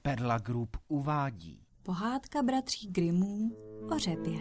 Perla Group uvádí Pohádka bratří Grimmů o řepě.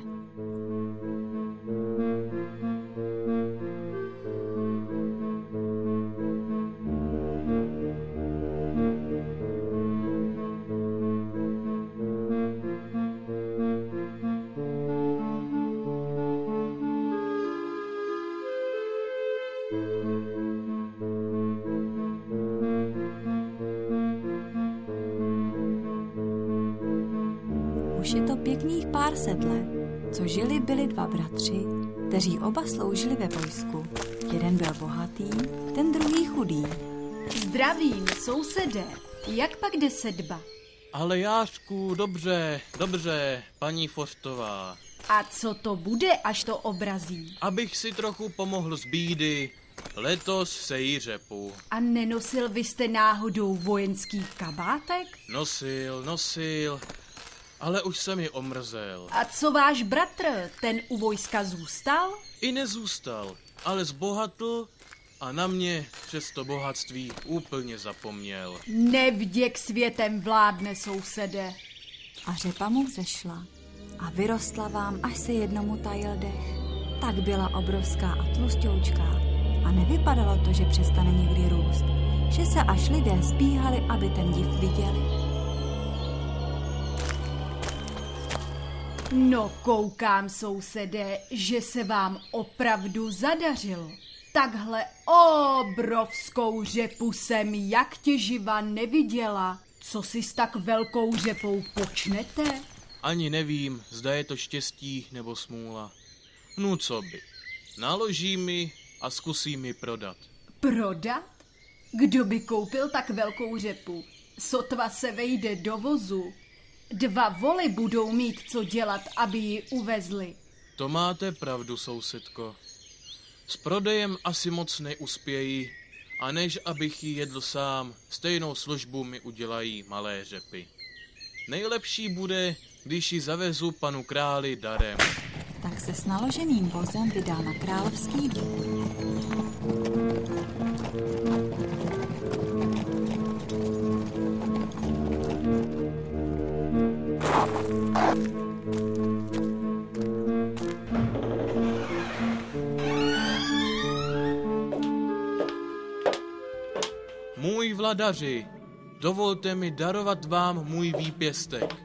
Už je to pěkných pár set let, co žili byli dva bratři, kteří oba sloužili ve vojsku. Jeden byl bohatý, ten druhý chudý. Zdravím, sousedé, jak pak jde sedba? Ale Jářku, dobře, paní Forstová. A co to bude, až to obrazí? Abych si trochu pomohl z bídy, letos sejí řepu. A nenosil vy jste náhodou vojenský kabátek? Nosil, ale už jsem ji omrzel. A co váš bratr, ten u vojska zůstal? I nezůstal, ale zbohatl a na mě přes to bohatství úplně zapomněl. Nevděk světem vládne, sousede. A řepa mu vzešla a vyrostla vám, až se jednomu tajil dech. Tak byla obrovská a tlusťoučká a nevypadalo to, že přestane někdy růst, že se až lidé zbíhali, aby ten div viděli. No koukám, sousedé, že se vám opravdu zadařilo. Takhle obrovskou řepu jsem jak těživa neviděla. Co si s tak velkou řepou počnete? Ani nevím, zda je to štěstí nebo smůla. No co by, naloží mi a zkusí mi prodat. Prodat? Kdo by koupil tak velkou řepu? Sotva se vejde do vozu. 2 voly budou mít co dělat, aby ji uvezli. To máte pravdu, sousedko. S prodejem asi moc neuspějí, a než abych ji jedl sám, stejnou službu mi udělají malé řepy. Nejlepší bude, když ji zavezu panu králi darem. Tak se s naloženým vozem vydal na královský dvůr. Můj vladaři, dovolte mi darovat vám můj výpěstek.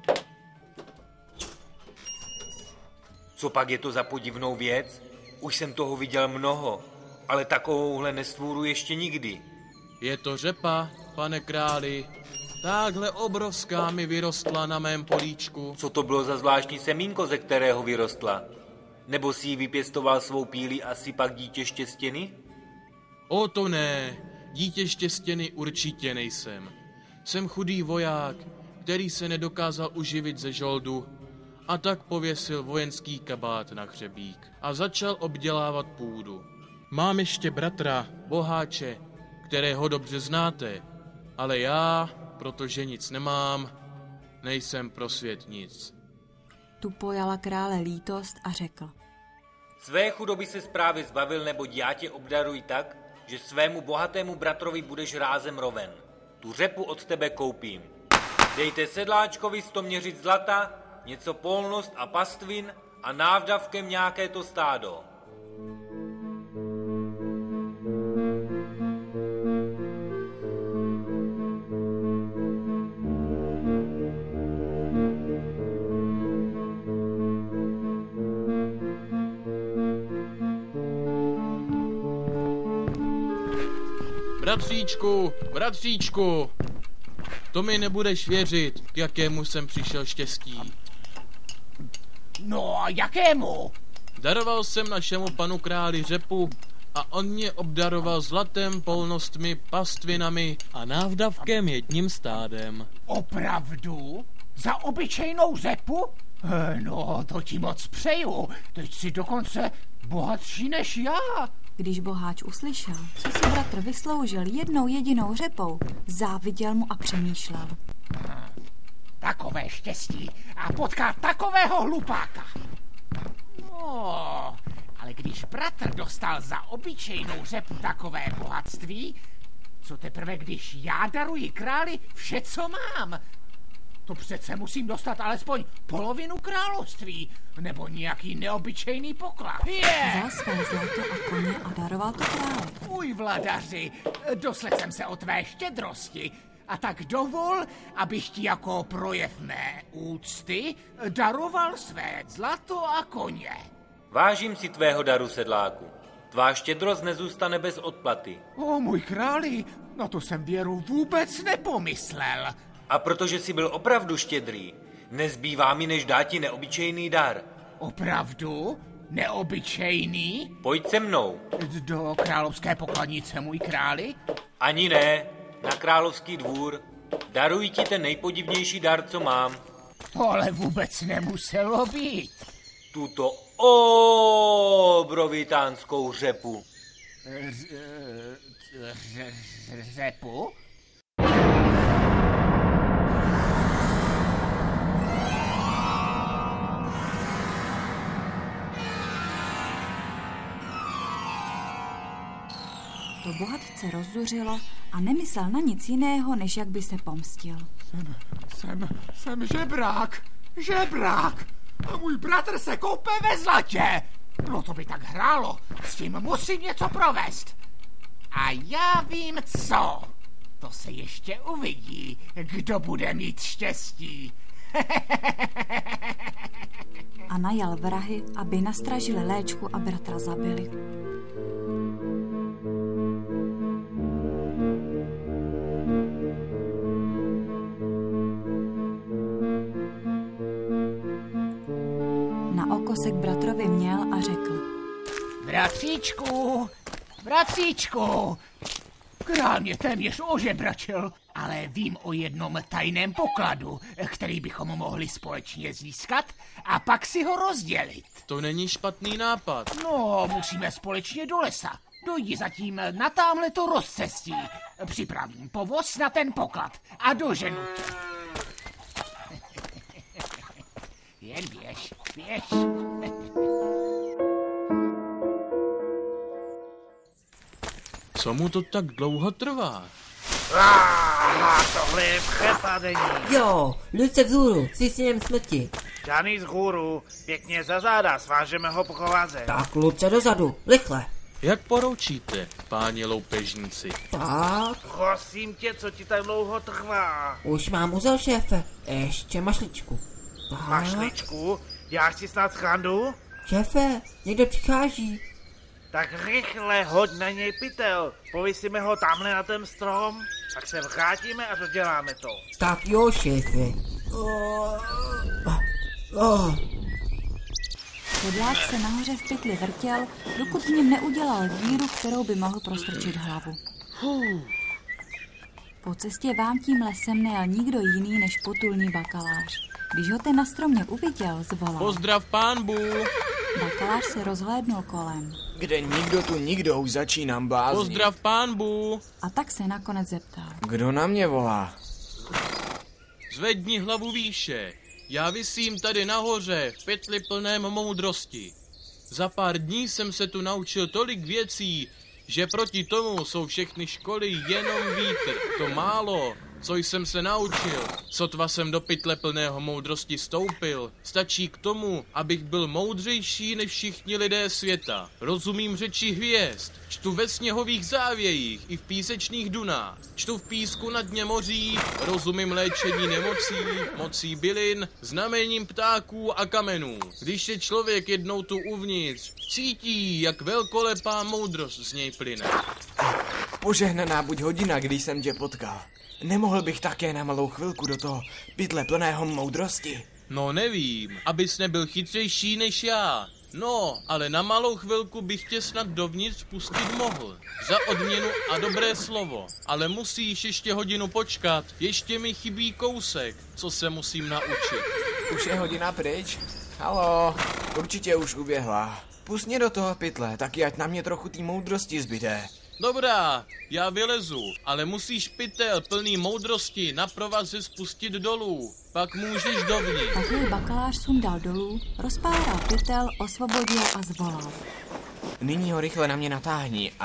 Co pak je to za podivnou věc? Už jsem toho viděl mnoho, ale takovouhle nestvůru ještě nikdy. Je to řepa, pane králi. Takhle obrovská mi vyrostla na mém políčku. Co to bylo za zvláštní semínko, ze kterého vyrostla? Nebo si ji vypěstoval svou pílí a si pak dítě štěstěny? O to ne, dítě štěstěny určitě nejsem. Jsem chudý voják, který se nedokázal uživit ze žoldu, a tak pověsil vojenský kabát na hřebík a začal obdělávat půdu. Mám ještě bratra, boháče, kterého dobře znáte, ale já, protože nic nemám, nejsem pro svět nic. Tu pojala krále lítost a řekl: Své chudoby se právě zbavil, neboť já tě obdaruji tak, že svému bohatému bratrovi budeš rázem roven. Tu řepu od tebe koupím. Dejte sedláčkovi 100 měřic zlata, něco polnost a pastvin a návdavkem nějaké to stádo. Bratříčku, to mi nebudeš věřit, k jakému jsem přišel štěstí. No a jakému? Daroval jsem našemu panu králi řepu a on mě obdaroval zlatem, polnostmi, pastvinami a návdavkem jedním stádem. Opravdu? Za obyčejnou řepu? No, to ti moc přeju. Teď jsi dokonce bohatší než já. Když boháč uslyšel, co si bratr vysloužil jednou jedinou řepou, záviděl mu a přemýšlel. Takové štěstí a potkat takového hlupáka. No, ale když bratr dostal za obyčejnou řepu takové bohatství, Co teprve, když já daruji králi vše, co mám? To přece musím dostat alespoň polovinu království, nebo nějaký neobyčejný poklad. Vzal své zlato a koně a daroval to králi. Můj vladaři, doslechl jsem se o tvé štědrosti, a tak dovol, abych ti jako projev mé úcty daroval své zlato a koně. Vážím si tvého daru, sedláku. Tvá štědrost nezůstane bez odplaty. O můj králi, na to jsem věru vůbec nepomyslel. A protože jsi byl opravdu štědrý, nezbývá mi, než dát ti neobyčejný dar. Opravdu? Neobyčejný? Pojď se mnou. Do královské pokladnice, můj králi? Ani ne, na královský dvůr. Daruji ti ten nejpodivnější dar, co mám. To ale vůbec nemuselo být. Tuto obrovitánskou řepu. Řepu? To bohatce rozzuřilo a nemyslel na nic jiného, než jak by se pomstil. Jsem žebrák. A můj bratr se koupe ve zlatě. No to by tak hrálo, s tím musím něco provést. A já vím co. To se ještě uvidí, kdo bude mít štěstí. A najal vrahy, aby nastražili Léčku a bratra zabili. Na oko se k bratrovi měl a řekl: Bratříčku, král mě téměř ožebračil, ale vím o jednom tajném pokladu, který bychom mohli společně získat a pak si ho rozdělit. To není špatný nápad. No, musíme společně do lesa. Dojdi zatím na támhleto rozcestí. Připravím povoz na ten poklad a doženu tě. Jen běž. Co mu to tak dlouho trvá? Tohle je přepadení. Jo, jdu se vzhůru, s synem smrti. Žádný vzhůru, pěkně za záda, svážeme ho po kováze. Tak, Luce dozadu, rychle. Jak poroučíte, páni loupežníci? Tak, Prosím tě, co ti tak dlouho trvá? už mám uzel, šéfe. Ještě mašličku. Tak, Mašličku, já si snad srandu? šéfe, někdo přichází. Tak rychle hoď na něj pytel, povisíme ho tamhle na ten strom, tak se vrátíme a doděláme to. Tak jo, šéfe. Sedlák se nahoře v pytli vrtěl, dokud v něm neudělal díru, kterou by mohl prostrčit hlavu. Po cestě vám tím lesem nejel nikdo jiný než potulný bakalář. Když ho ten na stromě uviděl, zvolal: Pozdrav pánbu! Bakalář se rozhlédnul kolem. Kde nikdo, už začínám bláznit. Pozdrav pánbu! A tak se nakonec zeptal: Kdo na mě volá? Zvedni hlavu výše. Já visím tady nahoře v pytli plném moudrosti. Za pár dní jsem se tu naučil tolik věcí, že proti tomu jsou všechny školy jenom vítr. To málo, co jsem se naučil, sotva jsem do pytle plného moudrosti stoupil, stačí k tomu, abych byl moudřejší než všichni lidé světa. Rozumím řeči hvězd, čtu ve sněhových závějích i v písečných dunách, čtu v písku na dně moří, rozumím léčení nemocí, mocí bylin, znamením ptáků a kamenů. Když je člověk jednou tu uvnitř, cítí, jak velkolepá moudrost z něj plyne. Požehnaná buď hodina, když jsem tě potkal. Nemohl bych také na malou chvilku do toho pytle plného moudrosti? No nevím, abys nebyl chytřejší než já. No, ale na malou chvilku bych tě snad dovnitř pustit mohl. Za odměnu a dobré slovo. Ale musíš ještě hodinu počkat. Ještě mi chybí kousek, co se musím naučit. Už je hodina pryč? Haló, určitě už uběhla. Pust mě do toho pytle, taky ať na mě trochu té moudrosti zbyde. Dobrá, já vylezu, ale musíš pytel plný moudrosti na provaze spustit dolů. Pak můžeš dovnitř. Tak jej bakalář sundal dolů, rozpáral pytel, osvobodil a zvolal: Nyní ho rychle na mě natáhni a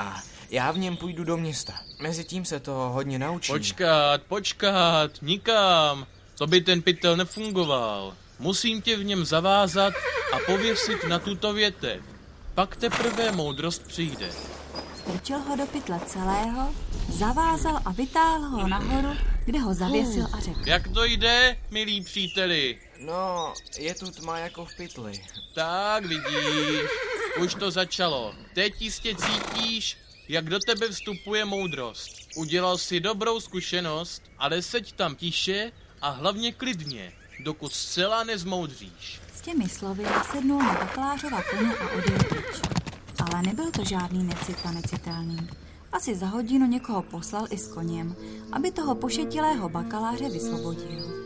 Já v něm půjdu do města. Mezitím se toho hodně naučím. Počkat, nikam. To by ten pytel nefungoval. Musím tě v něm zavázat a pověsit na tuto větev. Pak teprve moudrost přijde. Strčil ho do pytle celého, zavázal a vytáhl ho nahoru, kde ho zavěsil a řekl. Jak to jde, milí příteli? No, je tu tma jako v pytli. Tak vidíš, už to začalo. Teď jistě cítíš, jak do tebe vstupuje moudrost. Udělal si dobrou zkušenost, ale seď tam tiše a hlavně klidně, dokud zcela nezmoudříš. S těmi slovy nasednul na bakalářova koně a odjel pryč. Ale nebyl to žádný necita necitelný. Asi za hodinu někoho poslal i s koněm, aby toho pošetilého bakaláře vysvobodil.